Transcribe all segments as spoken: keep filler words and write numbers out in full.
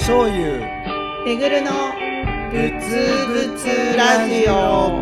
醤油めぐるのぶつぶつラジオ。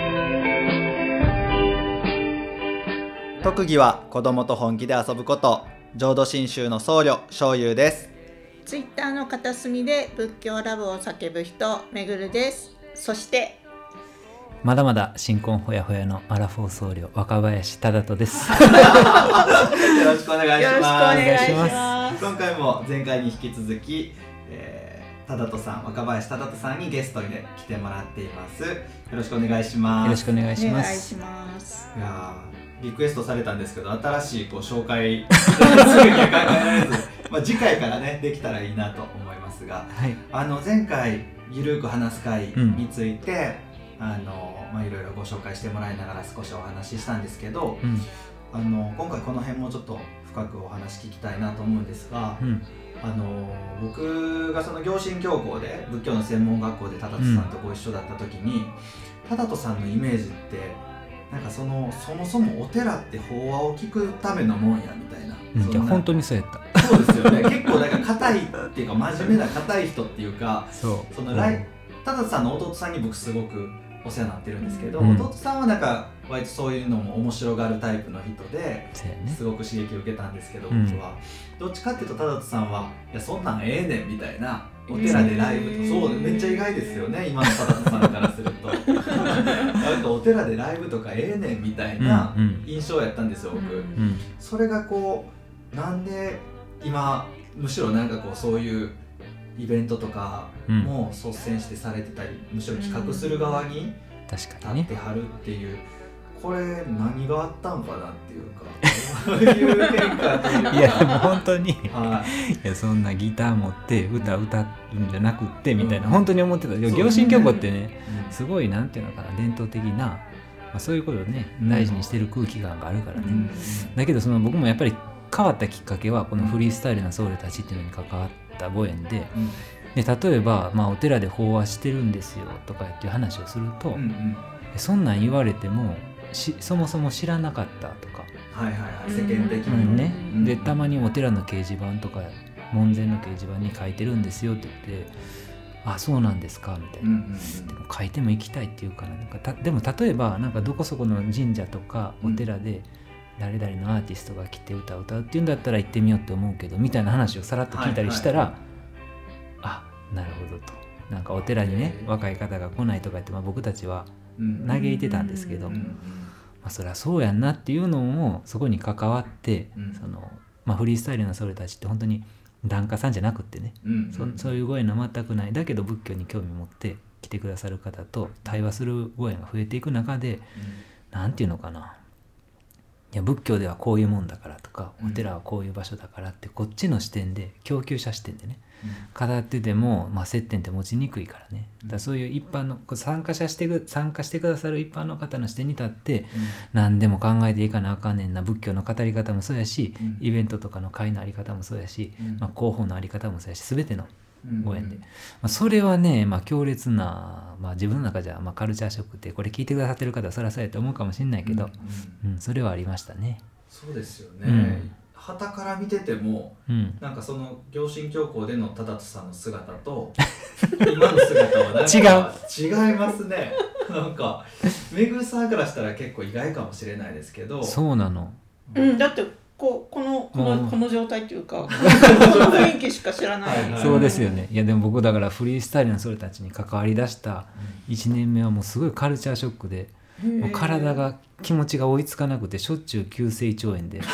特技は子供と本気で遊ぶこと。浄土真宗の僧侶醤油です。 ツイッターの片隅で仏教ラブを叫ぶ人めぐるです。そしてまだまだ新婚ほやほやのアラフォー僧侶若林忠人ですよろしくお願いします。 よろしくお願いします。 今回も前回に引き続き、えー、忠人さん若林忠人さんにゲストで来てもらっています。よろしくお願いします。 よろしくお願いします。 お願いします。 いやリクエストされたんですけど、新しいこう紹介すぐには考えられずまあ次回からねできたらいいなと思いますが、 はい、 あの前回ゆるく話す会について、うん、あのまあいろいろご紹介してもらいながら少しお話ししたんですけど、うん、あの今回この辺もちょっと深くお話聞きたいなと思うんですが、うん、あの僕がその行信教校で仏教の専門学校で忠人さんとご一緒だった時に、忠人さんのイメージってなんかそのそもそもお寺って法話を聞くためのもんやみたいな、 うん、いや本当にそうやった。 そうですよね結構なんか硬いっていうか真面目な硬い人っていうか、 そうその来、うん、忠人さんの弟さんに僕すごくお世話になってるんですけど、うん、弟さんはなんか割とそういうのも面白がるタイプの人で、ね、すごく刺激を受けたんですけど、僕は、うん、どっちかっていうと忠人さんはいやそんなんええねんみたいな、お寺でライブと、えー、そうめっちゃ意外ですよね今の忠人さんからするとなんかお寺でライブとかええねんみたいな印象やったんですよ、僕、うん、それがこうなんで今むしろなんかこうそういうイベントとかも率先してされてたり、うん、むしろ企画する側に立ってはるっていう、これ何があったんかなっていうかそういう変化というかいやでも本当に、 はい、 いやそんなギター持って歌歌うんじゃなくってみたいな、うん、本当に思ってた。行信教校ってね、うん、すごいなんていうのかな伝統的な、まあ、そういうことをね大事にしてる空気感があるからね、うん、だけどその僕もやっぱり変わったきっかけはこのフリースタイルな僧侶たちっていうのに関わったご縁で、うん、で例えば、まあ、お寺で法話してるんですよとかっていう話をすると、うんうん、そんなん言われてもしそもそも知らなかったとか、 はいはいはい、世間的に、 うんねうん、でたまにお寺の掲示板とか門前の掲示板に書いてるんですよって言ってあそうなんですかみたいな、うんうんうん、でも書いても行きたいっていうか な, なんかたでも例えばなんかどこそこの神社とかお寺で誰々のアーティストが来て歌を歌うっていうんだったら行ってみようって思うけどみたいな話をさらっと聞いたりしたら、はいはい、あなるほどと、なんかお寺にね若い方が来ないとか言って、まあ、僕たちは嘆いてたんですけど、うんうんうんまあ、そりゃそうやんなっていうのもそこに関わって、うん、そのまあ、フリースタイルな僧侶たちって本当に檀家さんじゃなくってね、うんうん、そ, そういうご縁の全くないだけど仏教に興味持って来てくださる方と対話するご縁が増えていく中で、うん、なんていうのかないや仏教ではこういうもんだからとか、お寺はこういう場所だからってこっちの視点で供給者視点でね、うん、語ってても、まあ、接点って持ちにくいからね、だからそういう一般の参加者して参加してくださる一般の方の視点に立って、うん、何でも考えていかなあかんねんな、仏教の語り方もそうやし、うん、イベントとかの会のあり方もそうやし、うんまあ、広報のあり方もそうやし、全てのご縁で、うんまあ、それはね、まあ、強烈な、まあ、自分の中じゃ、まあ、カルチャーショックってこれ聞いてくださってる方はそりゃそうやと思うかもしれないけど、うんうんうん、それはありましたね。 そうですよね、うん傍から見てても、うん、なんかその行信教校での忠人さんの姿と今の姿はなんか違いますねなんかめぐさんからしたら結構意外かもしれないですけど、 そうなの、 うん、だってここのこのこの状態っていうか雰囲気しか知らないはいはい、そうですよね。いやでも僕だからフリースタイルのそれたちに関わりだしたいちねんめはもうすごいカルチャーショックで、もう体が気持ちが追いつかなくてしょっちゅう急性胃腸炎で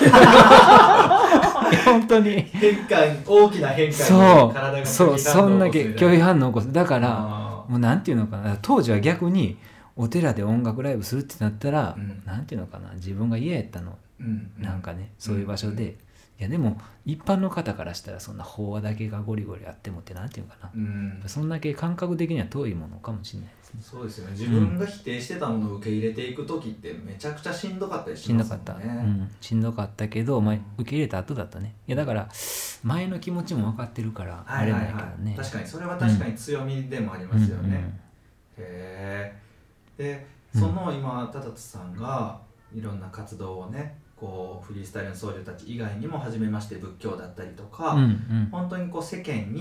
本当に変化大きな変化にそう体がそうそんだけ拒否反応を起こす。だからもうなんていうのかな、当時は逆にお寺で音楽ライブするってなったら、うん、なんていうのかな、自分が嫌やったの、うんうん、なんかねそういう場所で、うん、いやでも一般の方からしたらそんな法話だけがゴリゴリあってもってなんていうのかな、うん、そんだけ感覚的には遠いものかもしれないですね。 そうですよね。自分が否定してたものを受け入れていく時ってめちゃくちゃしんどかったりしますもんね。しんどかった、うん、しんどかったけど、まあ、受け入れた後だとね、いやだから前の気持ちも分かってるからあれないけどね、はいはいはい、確かにそれは確かに強みでもありますよね、うんうんうん、へー。でその今忠人さんがいろんな活動をねこうフリースタイルの僧侶たち以外にも初めまして仏教だったりとか、うんうん、本当にこう世間に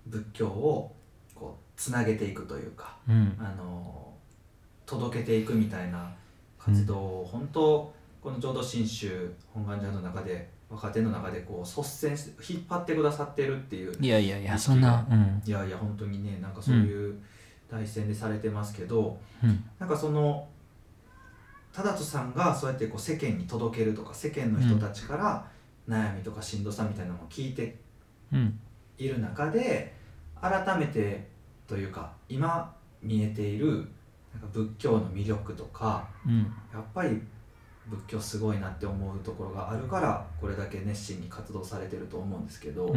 仏教をこうつなげていくというか、 うん、 あの届けていくみたいな活動を、うん、本当この浄土真宗本願寺の中で若手の中でこう率先して引っ張ってくださってるっていう、 いやいやいやそんな、うん、 いやいや本当にねなんかそういう大戦でされてますけど、うん、なんかその忠人さんがそうやってこう世間に届けるとか世間の人たちから悩みとかしんどさみたいなのを聞いている中で、改めてというか今見えているなんか仏教の魅力とか、うん、やっぱり仏教すごいなって思うところがあるからこれだけ熱心に活動されてると思うんですけど、うんうん、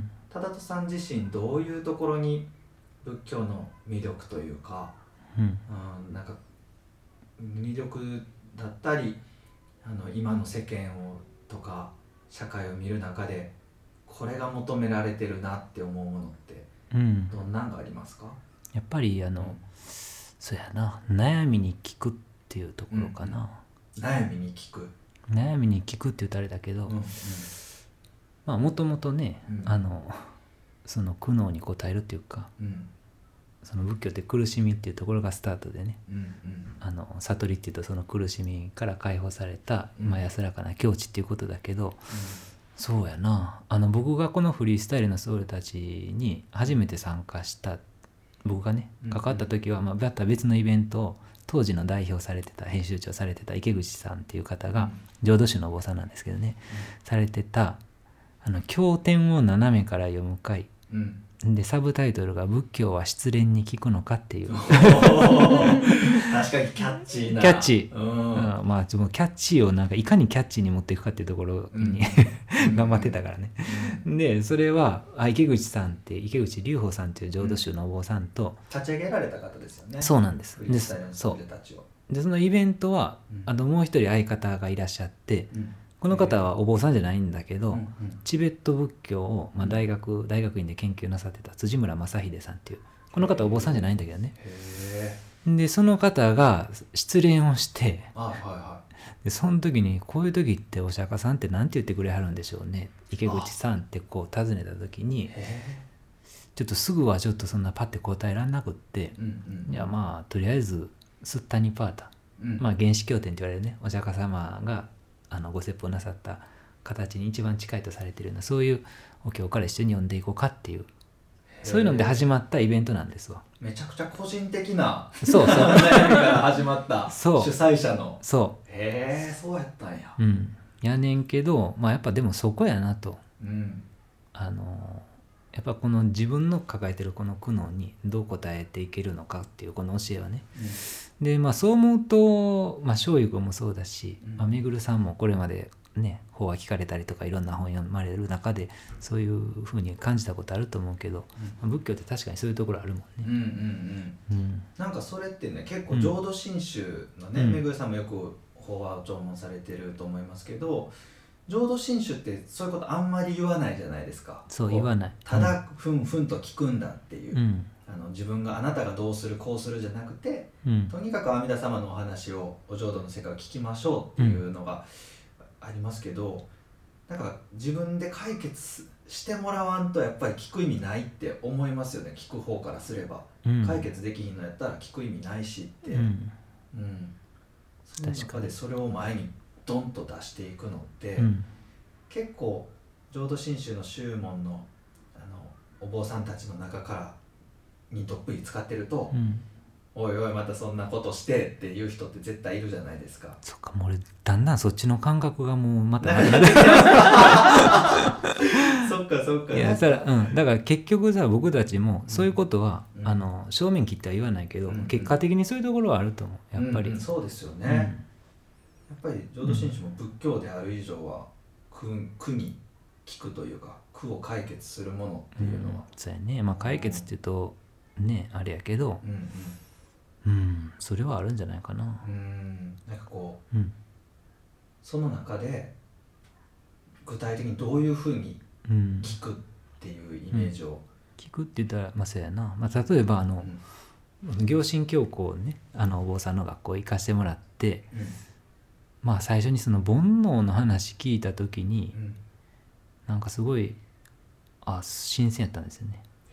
忠人さん自身どういうところに仏教の魅力というか、うんうん、なんか魅力だったりあの今の世間をとか社会を見る中でこれが求められてるなって思うものってどんなんがありますか？ やっぱりあの、うん、そうやな悩みに聞くっていうところかな、 うんうん、悩みに聞く悩みに聞くって言うとあれだけど、うんうん、まあもともとね、うん、あのその苦悩に応えるっていうか、うん、その仏教って苦しみっていうところがスタートでね、うんうん、あの悟りっていうとその苦しみから解放された、うんまあ、安らかな境地っていうことだけど、うん、そうやなあの僕がこのフリースタイルの僧侶たちに初めて参加した僕がね関わった時は、まあ、また別のイベントを当時の代表されてた編集長されてた池口さんっていう方が、うん、浄土宗のお坊さんなんですけどね、うん、されてたあの経典を斜めから読む会、うんでサブタイトルが仏教は失恋に聞くのかっていう確かにキャッチーなキャッチー、うんうん、まあちょっとキャッチーをなんかいかにキャッチーに持っていくかっていうところに、うん、頑張ってたからね、うん、でそれは池口さんって池口隆法さんっていう浄土宗のお坊さんと、 うん、立ち上げられた方ですよね。 そうなんです。 フリースタイルの僧侶たちをでそのイベントは、うん、あともう一人相方がいらっしゃって、うんこの方はお坊さんじゃないんだけど、うんうん、チベット仏教を、まあ、大学大学院で研究なさってた辻村正秀さんっていうこの方はお坊さんじゃないんだけどね。へでその方が失恋をしてあ、はいはい、でその時にこういう時ってお釈迦さんって何て言ってくれはるんでしょうね池口さんってこう尋ねた時にちょっとすぐはちょっとそんなパッて答えられなくって、うんうん、いやまあとりあえずスッタニパータ、うん、まあ原始経典って言われるねお釈迦様があのご説法なさった形に一番近いとされているようなそういうお経から一緒に読んでいこうかっていうそういうので始まったイベントなんですわ。 めちゃくちゃ個人的なそうそう悩みから始まった主催者のそうへえそうやったんや。 うんやねんけどまあやっぱでもそこやなと、うん、あのやっぱこの自分の抱えてるこの苦悩にどう答えていけるのかっていうこの教えはね、うん、でまあそう思うとまあ正義君もそうだし、うんまあ、めぐるさんもこれまでね法は聞かれたりとかいろんな本読まれる中でそういうふうに感じたことあると思うけど、うんまあ、仏教って確かにそういうところあるもんね。うんうんうんうん、なんかそれってね結構浄土真宗のね、うん、めぐるさんもよく法話を聴聞されてると思いますけど浄土真宗ってそういうことあんまり言わないじゃないですか。 そう言わない。 ただふんふんと聞くんだっていう、うん、あの自分があなたがどうするこうするじゃなくて、うん、とにかく阿弥陀様のお話をお浄土の世界を聞きましょうっていうのがありますけど、うん、なんか自分で解決してもらわんとやっぱり聞く意味ないって思いますよね。聞く方からすれば、うん、解決できひんのやったら聞く意味ないしって、うんうん、その中でそれを前にドンと出していくのって、うん、結構浄土真宗の宗門 の, あのお坊さんたちの中からにどっぷり使ってると、うん、おいおいまたそんなことしてっていう人って絶対いるじゃないですか。 そっかもう俺だんだんそっちの感覚がもうまたそっかそっかいやだから、うん、だから結局さ僕たちもそういうことは、うん、あの正面切っては言わないけど、うん、結果的にそういうところはあると思うやっぱり、 うんうん、そうですよね、うんやっぱり浄土真宗も仏教である以上は 苦, 苦に聞くというか苦を解決するものっていうのは、うん、 そうやね、まあ、解決っていうとね、うん、あれやけど、うんうんうん、それはあるんじゃないかな。 うんなんかこう、うん、その中で具体的にどういうふうに聞くっていうイメージを、うんうん、 聞くって言ったらまあそうやな、まあ、例えばあの、うん、行信教皇をねあのお坊さんの学校行かせてもらって、うんまあ最初にその煩悩の話聞いた時に、うん、なんかすごいあ新鮮やったんですよね。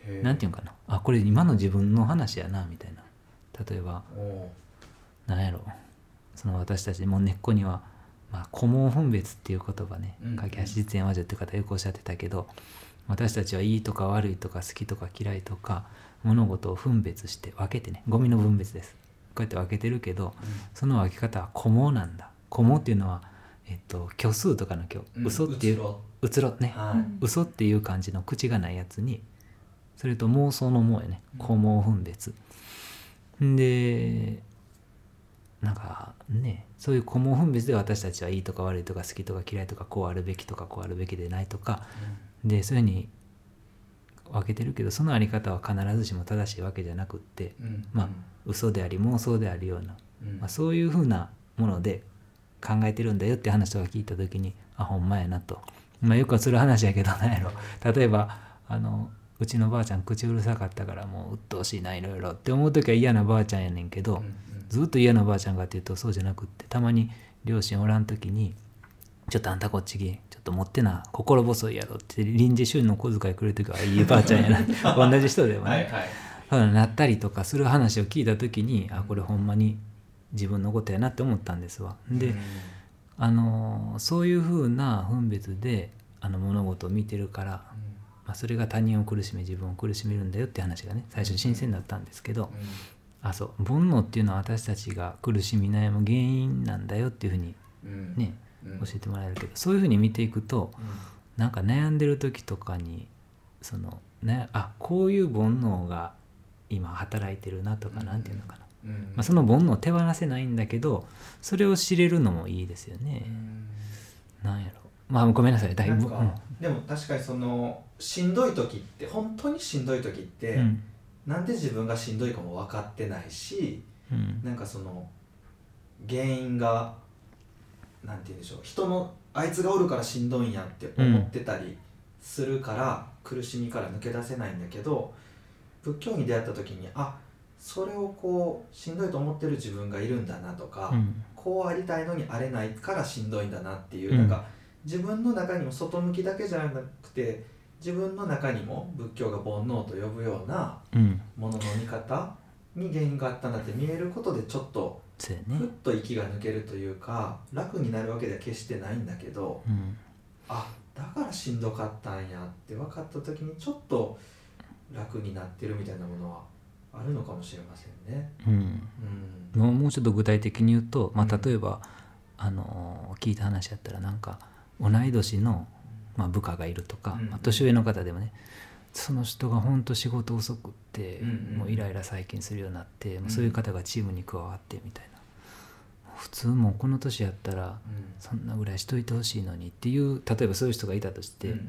なんていうかな、あこれ今の自分の話やなみたいな。例えばなんやろ、その私たちも根っこには、まあ、古文分別っていう言葉ね、架橋実演和女っていう方よくおっしゃってたけど、私たちはいいとか悪いとか好きとか嫌いとか物事を分別して分けてね、ゴミの分別です、こうやって分けてるけど、うん、その分け方は古文なんだ。古文っていうのは、えっと、虚数とかの虚、うん、嘘っていううつろね、はい、嘘っていう感じの口がないやつに、それと妄想の妄やね、古文分別、うん、でなんかね、そういう古文分別で私たちはいいとか悪いとか好きとか嫌いとかこうあるべきとかこうあるべきでないとか、うん、でそういうふうに分けてるけど、そのあり方は必ずしも正しいわけじゃなくって、うん、まあ嘘であり妄想であるような、うんまあ、そういうふうなもので考えてるんだよって話とか聞いた時に、あほんまやなと、まあ、よくする話やけどなんやろ、例えばあのうちのばあちゃん口うるさかったからもう鬱陶しいないろいろって思う時は嫌なばあちゃんやねんけど、うんうん、ずっと嫌なばあちゃんかっていうとそうじゃなくって、たまに両親おらん時にちょっとあんたこっち来、ちょっと持ってな心細いやろって臨時収入の小遣いくれる時はいいばあちゃんやな同じ人でもねはい、はい、そうなったりとかする話を聞いた時に、あこれほんまに自分のことやなって思ったんですわ。で、うん、あのそういうふうな分別であの物事を見てるから、うんまあ、それが他人を苦しめ自分を苦しめるんだよって話がね最初新鮮だったんですけど、うん、あそう煩悩っていうのは私たちが苦しみ悩む原因なんだよっていうふうにね、うん、教えてもらえるけど、そういうふうに見ていくと、うん、なんか悩んでる時とかにその、ね、あこういう煩悩が今働いてるなとか、なんていうのかな、うんまあ、その煩悩手放せないんだけどそれを知れるのもいいですよね、うん、なんやろ、まあごめんなさいだいぶ、うん、 でも確かにそのしんどい時って本当にしんどい時って、うん、なんで自分がしんどいかも分かってないし、うん、なんかその原因がなんて言うんでしょう、人のあいつがおるからしんどいんやって思ってたりするから、うん、苦しみから抜け出せないんだけど、仏教に出会った時にあそれをこうしんどいと思ってる自分がいるんだなとか、うん、こうありたいのにあれないからしんどいんだなっていう、うん、なんか自分の中にも外向きだけじゃなくて自分の中にも仏教が煩悩と呼ぶようなものの見方に原因があったんだって見えることでちょっとふっと息が抜けるというか楽になるわけでは決してないんだけど、うん、あだからしんどかったんやって分かった時にちょっと楽になってるみたいなものはあるのかもしれませんね、うんうん、もう、もうちょっと具体的に言うと、まあ、例えば、うん、あの聞いた話やったらなんか同い年の、まあ、部下がいるとか、うんまあ、年上の方でもねその人が本当仕事遅くって、うん、もうイライラ最近するようになって、うん、そういう方がチームに加わってみたいな、普通もうこの年やったらそんなぐらいしといてほしいのにっていう例えばそういう人がいたとして、うんうんうん、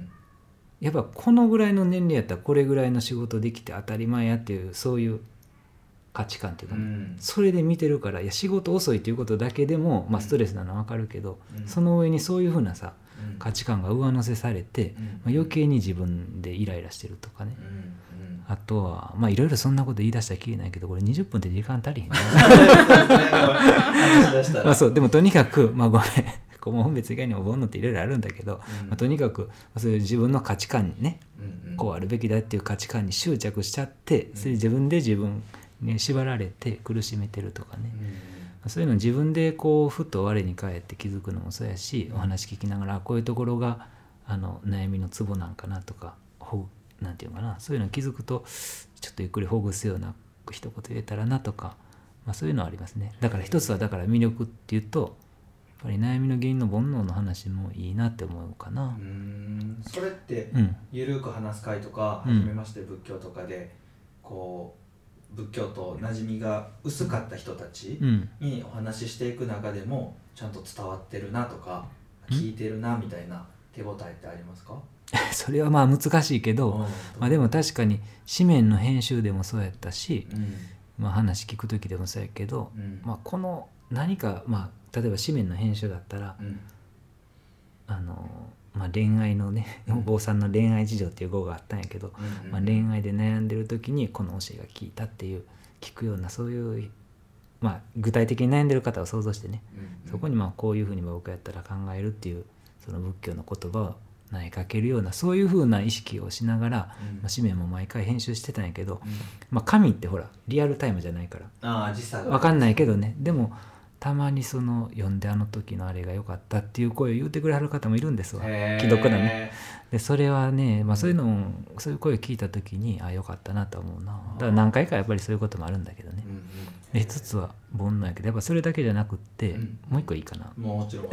やっぱこのぐらいの年齢やったらこれぐらいの仕事できて当たり前やっていうそういう価値観っていうか、ねうん、それで見てるからいや仕事遅いっていうことだけでも、まあ、ストレスなのは分かるけど、うん、その上にそういうふうなさ価値観が上乗せされて、うんまあ、余計に自分でイライラしてるとかね、うんうん、あとはまあいろいろそんなこと言い出したらきりないけどこれにじゅっぷんって時間足りへんねまあそうでもとにかくまあごめん古文分別以外にも煩悩っていろいろあるんだけど、うんまあ、とにかくそういう自分の価値観にね、うんうん、こうあるべきだっていう価値観に執着しちゃってそれ自分で自分に縛られて苦しめてるとかね、うん、そういうのを自分でこうふっと我に返って気づくのもそうやし、うん、お話聞きながらこういうところがあの悩みのツボなんかなとかほなんていうのかなそういうのを気づくとちょっとゆっくりほぐすような一言言えたらなとか、まあ、そういうのはありますね。だから一つはだから魅力っていうとやっぱり悩みの原因の煩悩の話もいいなって思うかな。 うーんそれって、うん、ゆるく話す会とか初めまして仏教とかで、うん、こう仏教と馴染みが薄かった人たちにお話ししていく中でもちゃんと伝わってるなとか、うん、聞いてるなみたいな手応えってありますか？ それはまあ難しいけど、まあ、でも確かに紙面の編集でもそうやったし、うんまあ、話聞く時でもそうやけど、うんまあ、この何か、まあ、例えば紙面の編集だったら、うんあのまあ、恋愛のねお坊さんの恋愛事情っていう号があったんやけど、うんまあ、恋愛で悩んでる時にこの教えが効いたっていう聞くようなそういう、まあ、具体的に悩んでる方を想像してね、うんうん、そこにまあこういうふうに僕やったら考えるっていうその仏教の言葉投げかけるようなそういう風な意識をしながら、 うんまあ、紙面も毎回編集してたんやけど、 うんまあ、紙ってほらリアルタイムじゃないからああ時差が分かんないけどね、でもたまにその読んであの時のあれが良かったっていう声を言ってくれはる方もいるんですわ、 へー既読なね。でそれはね、まあ、そういうのもそういう声を聞いた時にあ良かったなと思うな。だから何回かやっぱりそういうこともあるんだけどね。 うんうんで一つは煩悩やけどやっぱそれだけじゃなくって、 うんもう一個いいかな。 もちろん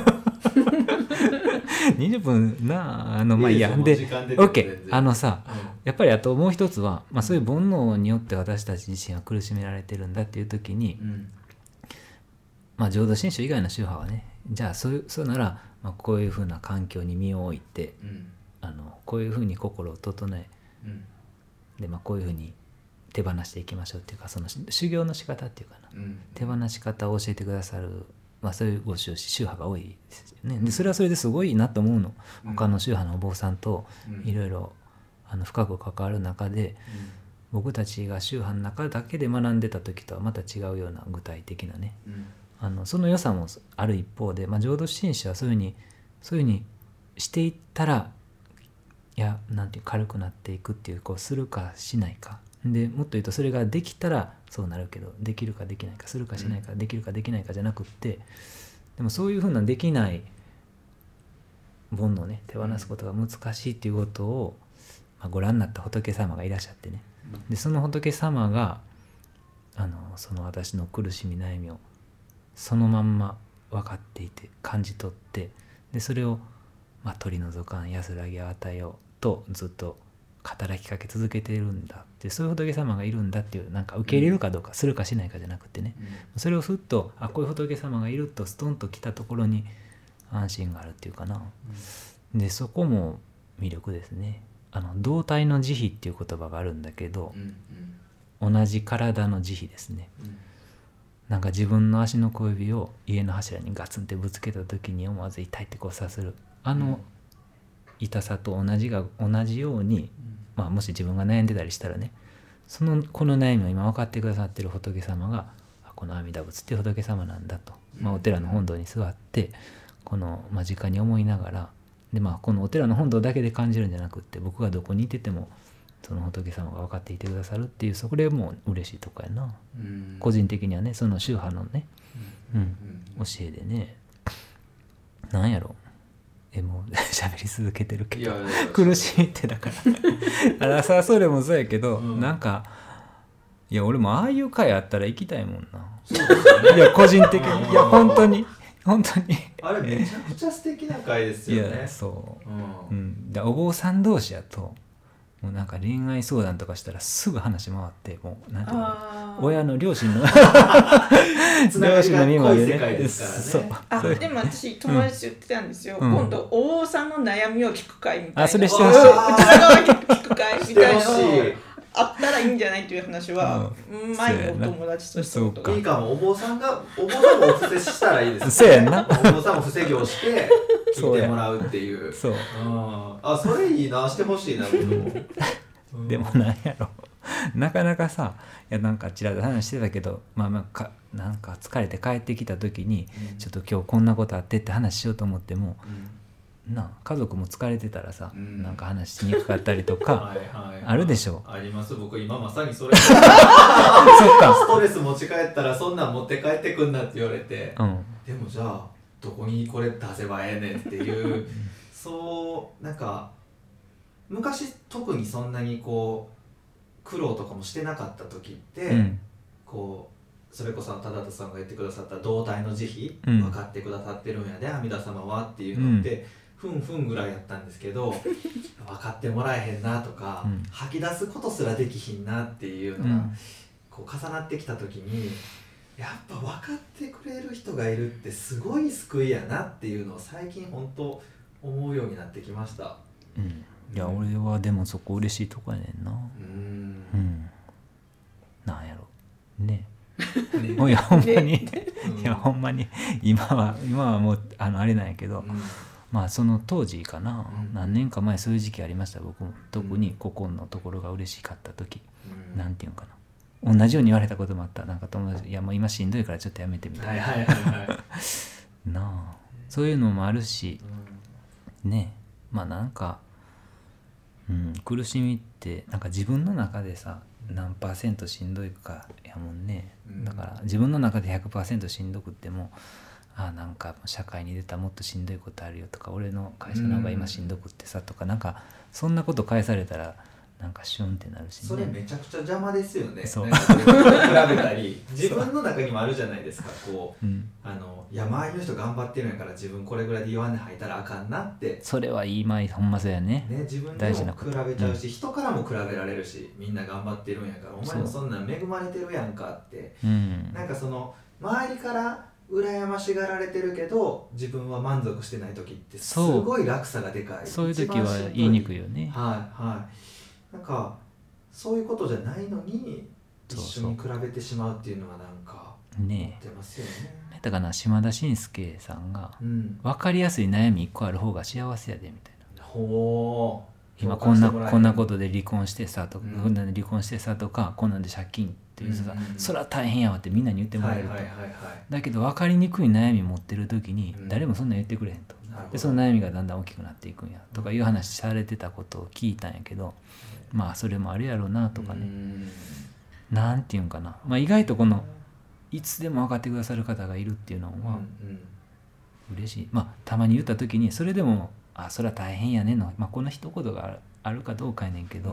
にじゅっぷんなあのまあいいやいいですよもう時間出てる OK 全然あのさうんやっぱりあともう一つは、まあ、そういう煩悩によって私たち自身は苦しめられてるんだっていう時に、 うんまあ、浄土真宗以外の宗派はねじゃあそういうそうなら、まあ、こういうふうな環境に身を置いてうんあのこういうふうに心を整えうんで、まあ、こういうふうに手放していきましょうっていうかその修行の仕方っていうかなうん手放し方を教えてくださる、まあ、そういうご宗宗派が多いですよね。でそれはそれですごいなと思うの。 うん他の宗派のお坊さんとうんいろいろあの深く関わる中で僕たちが宗派の中だけで学んでた時とはまた違うような具体的なねうんあのその良さもある一方で、まあ、浄土真宗はそういうふうにそういうふうにしていったらいやなんていう軽くなっていくっていうこうするかしないかでもっと言うとそれができたらそうなるけどできるかできないかするかしないか、できるかできないかじゃなくってでもそういうふうなできない煩悩をね手放すことが難しいっていうことを、まあ、ご覧になった仏様がいらっしゃってねでその仏様があのその私の苦しみ悩みをそのまんま分かっていて感じ取ってでそれを、まあ、取り除かん安らぎを与えようとずっと働きかけ続けているんだってそういう仏様がいるんだっていうなんか受け入れるかどうかするかしないかじゃなくてねそれをふっとあこういう仏様がいるとストンと来たところに安心があるっていうかなでそこも魅力ですね。あの同体の慈悲っていう言葉があるんだけどうん同じ体の慈悲ですね。 うんなんか自分の足の小指を家の柱にガツンってぶつけた時に思わず痛いってこうさするあの痛さと同じが同じように、まあ、もし自分が悩んでたりしたらねそのこの悩みを今分かってくださってる仏様があこの阿弥陀仏っていう仏様なんだと、まあ、お寺の本堂に座ってこの間近に思いながらで、まあ、このお寺の本堂だけで感じるんじゃなくって僕がどこにいててもその仏様が分かっていてくださるっていうそれも嬉しいとこやな、 うん、 個人的にはねその宗派のね、うん、教えでねなんやろえもう喋り続けてるけど苦しみってだからあらさそれもそうやけど、うん、なんかいや俺もああいう会あったら行きたいもんな。 そうですよね、 いや個人的にいや本当に本当にあれめちゃくちゃ素敵な会ですよね。 いやそう、 うんうん、だお坊さん同士やともうなんか恋愛相談とかしたらすぐ話回ってもうなんていうの親の両親の両親の身までね。 そうあでも私友達言ってたんですよ、うん、今度お坊さんの悩みを聞く会みたいなあそれしてほしい。 うちら側に聞く会みたいなのあったらいいんじゃないっていう話は、うん、前のお友達としたことがいいかも。お坊さんがお坊さんもお布施したらいいですね。 そうやんな。 お坊さんも布施業して聞いてもらうっていう。 そう。 ああそれいいなしてほしいな僕も。 でもなんやろなかなかさいやなんかちらっと話してたけどまあまあかなんか疲れて帰ってきた時に、うん、ちょっと今日こんなことあってって話しようと思っても、うん、な家族も疲れてたらさ、うん、なんか話しにくかったりとかはいはい、あるでしょ。 あります。僕今まさにそれそっかストレス持ち帰ったらそんなん持って帰ってくんなって言われて、うん、でもじゃあどこにこれ出せばええねんっていうそうなんか昔特にそんなにこう苦労とかもしてなかった時って、うん、こうそれこそ忠田さんが言ってくださった同体の慈悲、うん、分かってくださってるんやで阿弥陀様はっていうのって、うん、ふんふんぐらいやったんですけど分かってもらえへんなとか、うん、吐き出すことすらできひんなっていうのが、うん、こう重なってきた時にやっぱ分かってくれる人がいるってすごい救いやなっていうのを最近本当思うようになってきました。 うんいや俺はでもそこ嬉しいとこやねんな。うん、うん、なんやろね。ねいやほんまに、ね、いやほんまに今は今はもうあのあれなんやけど、うん、まあその当時かな、うん、何年か前そういう時期ありました僕も特にここのところが嬉しかった時、うん、なんていうんかな同じように言われたこともあったなんか友達いやもう今しんどいからちょっとやめてみたいな、はいはいはいはい、なあそういうのもあるし、うん、ねまあなんか、うん、苦しみってなんか自分の中でさ何パーセントしんどいかやもんね、うん、だから自分の中で ひゃくパーセント しんどくってもあなんか社会に出たらもっとしんどいことあるよとか俺の会社の方が今しんどくってさとかなんかそんなこと返されたらなんかシュンってなるしね。 それめちゃくちゃ邪魔ですよね。 そうなんか比べたり自分の中にもあるじゃないですかこう、うん、あのいや周りの人頑張ってるんやから自分これぐらいで弱音吐いたらあかんなってそれはいいまいほんまそうやね。 ね自分でも比べちゃうし、うん、人からも比べられるしみんな頑張ってるんやからお前もそんなん恵まれてるやんかって、うん、なんかその周りから羨ましがられてるけど自分は満足してない時ってすごい落差がでかい。 そういう時は言いにくいよね。 はいはいなんかそういうことじゃないのに一緒に比べてしまうっていうのはなんかね出ますよね。 だからな島田紳介さんが、うん、分かりやすい悩みいっこある方が幸せやでみたいな。 ほう今こんなこんなことで離婚してさとか、うん、こんなんで離婚してさとかこんなんで借金っていうさ、うんうん、それは大変やわってみんなに言ってもらえると、はいはいはいはい、だけど分かりにくい悩み持ってる時に誰もそんなん言ってくれへんと、うん、でその悩みがだんだん大きくなっていくんやとかいう話されてたことを聞いたんやけど、まあそれもあるやろうなとかね、うん、なんていうんかな、まあ、意外とこのいつでも分かってくださる方がいるっていうのは嬉しい。まあたまに言った時にそれでもあそれは大変やねの、まあ、この一言があるかどうかやねんけど、うん、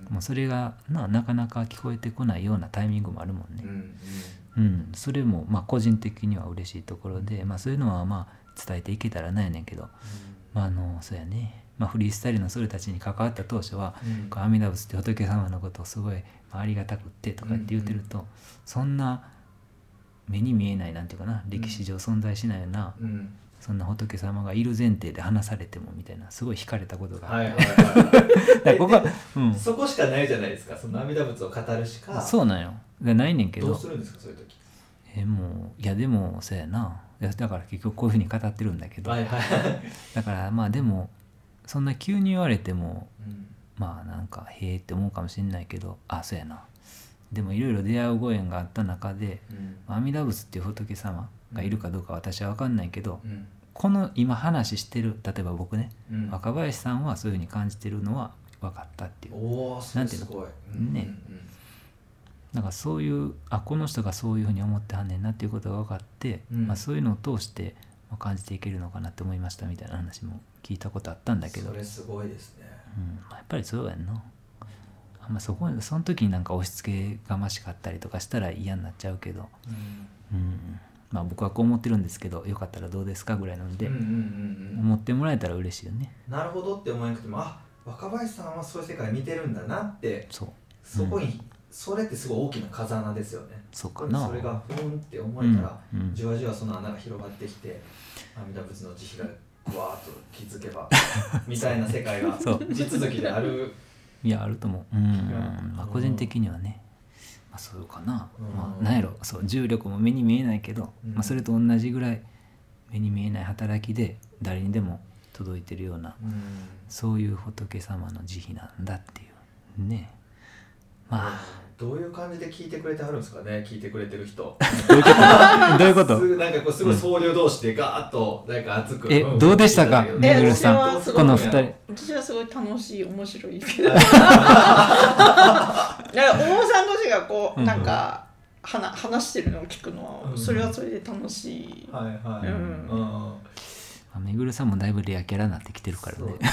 もうそれが な, なかなか聞こえてこないようなタイミングもあるもんね、うんうん、それもまあ個人的には嬉しいところで、まあ、そういうのはまあ伝えていけたらなんやねんけど、うんまあ、あのそうやね、まあ、フリースタイルのそれたちに関わった当初は、うん、阿弥陀仏って仏様のことをすごいありがたくってとかって言ってると、うんうん、そんな目に見えないなんていうかな歴史上存在しないような、うん、そんな仏様がいる前提で話されてもみたいなすごい惹かれたことがあって、はいはいはい、ここは、うん、 そこしかないじゃないですか。その阿弥陀仏を語るしか。 そうなんよがないねんけど。 どうするんですかそういう時。 えもういやでもそうやな、だから結局こういうふうに語ってるんだけど、はいはい、だからまあでもそんな急に言われても、うん、まあなんかへえって思うかもしれないけど、あそうやな、でもいろいろ出会うご縁があった中で、うん、阿弥陀仏っていう仏様がいるかどうか私は分かんないけど、うん、この今話してる例えば僕ね、うん、若林さんはそういうふうに感じてるのは分かったっていう。 おーそれすごい。 なんていうの、うん、ね、なんかそういうあこの人がそういうふうに思ってはんねんなっていうことが分かって、うんまあ、そういうのを通して感じていけるのかなって思いましたみたいな話も聞いたことあったんだけど、 それすごいですね、 うん、やっぱりそうやんな。あんまそこその時になんか押し付けがましかったりとかしたら嫌になっちゃうけど、うんうん、まあ僕はこう思ってるんですけどよかったらどうですかぐらいなので、うんうんうんうん、思ってもらえたら嬉しいよね。 なるほどって思わなくてもあ若林さんはそういう世界見てるんだなって、そう、そこに、うん、それってすごい大きな風穴ですよね。 そうかな。 それがふんって思えたら、うんうん、じわじわその穴が広がってきて阿弥陀仏の慈悲がぐわーっと気づけばみたいな世界が地続きである。 いやあると思う。うん、まあ、個人的にはね、まあ、そうかな、まあ、なんやろそう重力も目に見えないけど、うんまあ、それと同じぐらい目に見えない働きで誰にでも届いてるような、うん、そういう仏様の慈悲なんだっていうね。まあどういう感じで聞いてくれてはるんですかね、聞いてくれてる人。どういうことどういうことなんかこうすごい僧侶同士でガーッとなんか熱く、 え、うん、どうでしたかめぐるさんこのふたり。 私はすごい楽しい面白いけどなんかお坊さん同士がこうなんか、うん、話, 話してるのを聞くのは、うん、それはそれで楽しい、 はいはい、うんうんめぐるさんもだいぶレアキャラになってきてるからね。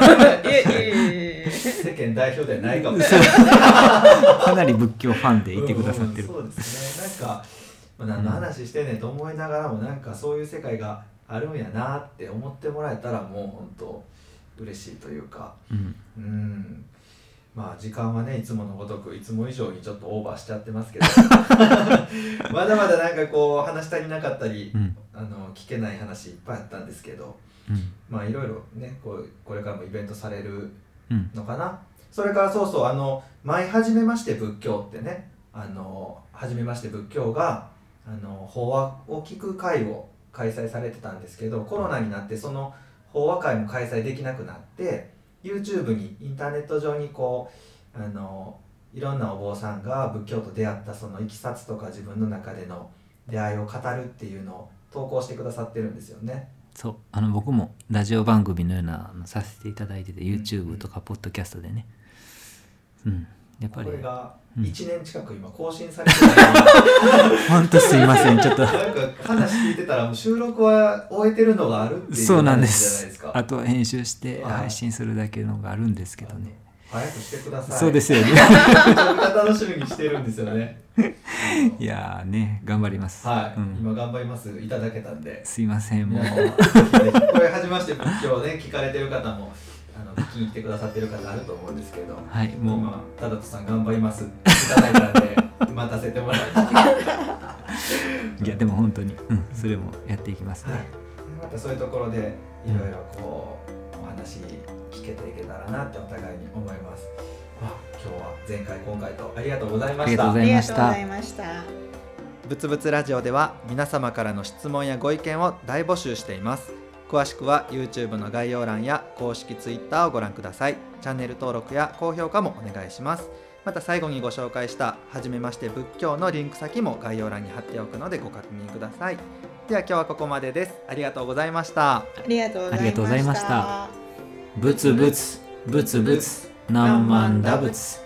世間代表ではないかもしれないかなり仏教ファンでいてくださってる、 うんうん、そうですね。なんか、まあ、何の話してんねんと思いながらもなんかそういう世界があるんやなって思ってもらえたらもう本当嬉しいというか、うん、うんまあ時間はねいつものごとくいつも以上にちょっとオーバーしちゃってますけどまだまだなんかこう話し足りなかったり、うん、あの聞けない話いっぱいあったんですけど、うん、まあいろいろねこうこれからもイベントされるのかな、うん、それからそうそうあの前はじめまして仏教ってねあのはじめまして仏教があの法話を聞く会を開催されてたんですけどコロナになってその法話会も開催できなくなってYouTube にインターネット上にこうあのいろんなお坊さんが仏教と出会ったそのいきさつとか自分の中での出会いを語るっていうのを投稿してくださってるんですよね。 そうあの僕もラジオ番組のようなのさせていただいてて、うん、YouTube とかポッドキャストでね、うん、やっぱりこれがいちねん近く今更新されてない、 うん、本当すいませんちょっとなんか話聞いてたらもう収録は終えてるのがあるっていう話じゃないですか。 あと編集して配信するだけのがあるんですけどね、 早くしてください。 そうですよね楽しみにしてるんですよねいやーね頑張ります、 はい、 うん、 今頑張りますいただけたんですいませんもうこれ始まして仏教ね聞かれてる方もあの聞きに来てくださってる方あると思うんですけど、 はい、もう今タダトさん頑張りますいただいたんで待たせてもらっていやでも本当に、うん、それもやっていきますね、はい、 またそういうところでいろいろこう、うん、お話聞けていけたらなってお互いに思います。あ、今日は前回今回とありがとうございました。 ありがとうございました。 ぶつぶつラジオでは皆様からの質問やご意見を大募集しています。詳しくは YouTube の概要欄や公式 Twitter をご覧ください。チャンネル登録や高評価もお願いします。また最後にご紹介したはじめまして仏教のリンク先も概要欄に貼っておくのでご確認ください。では今日はここまでです。ありがとうございました。 ありがとうございました。 ぶつぶつぶつぶつ何万打仏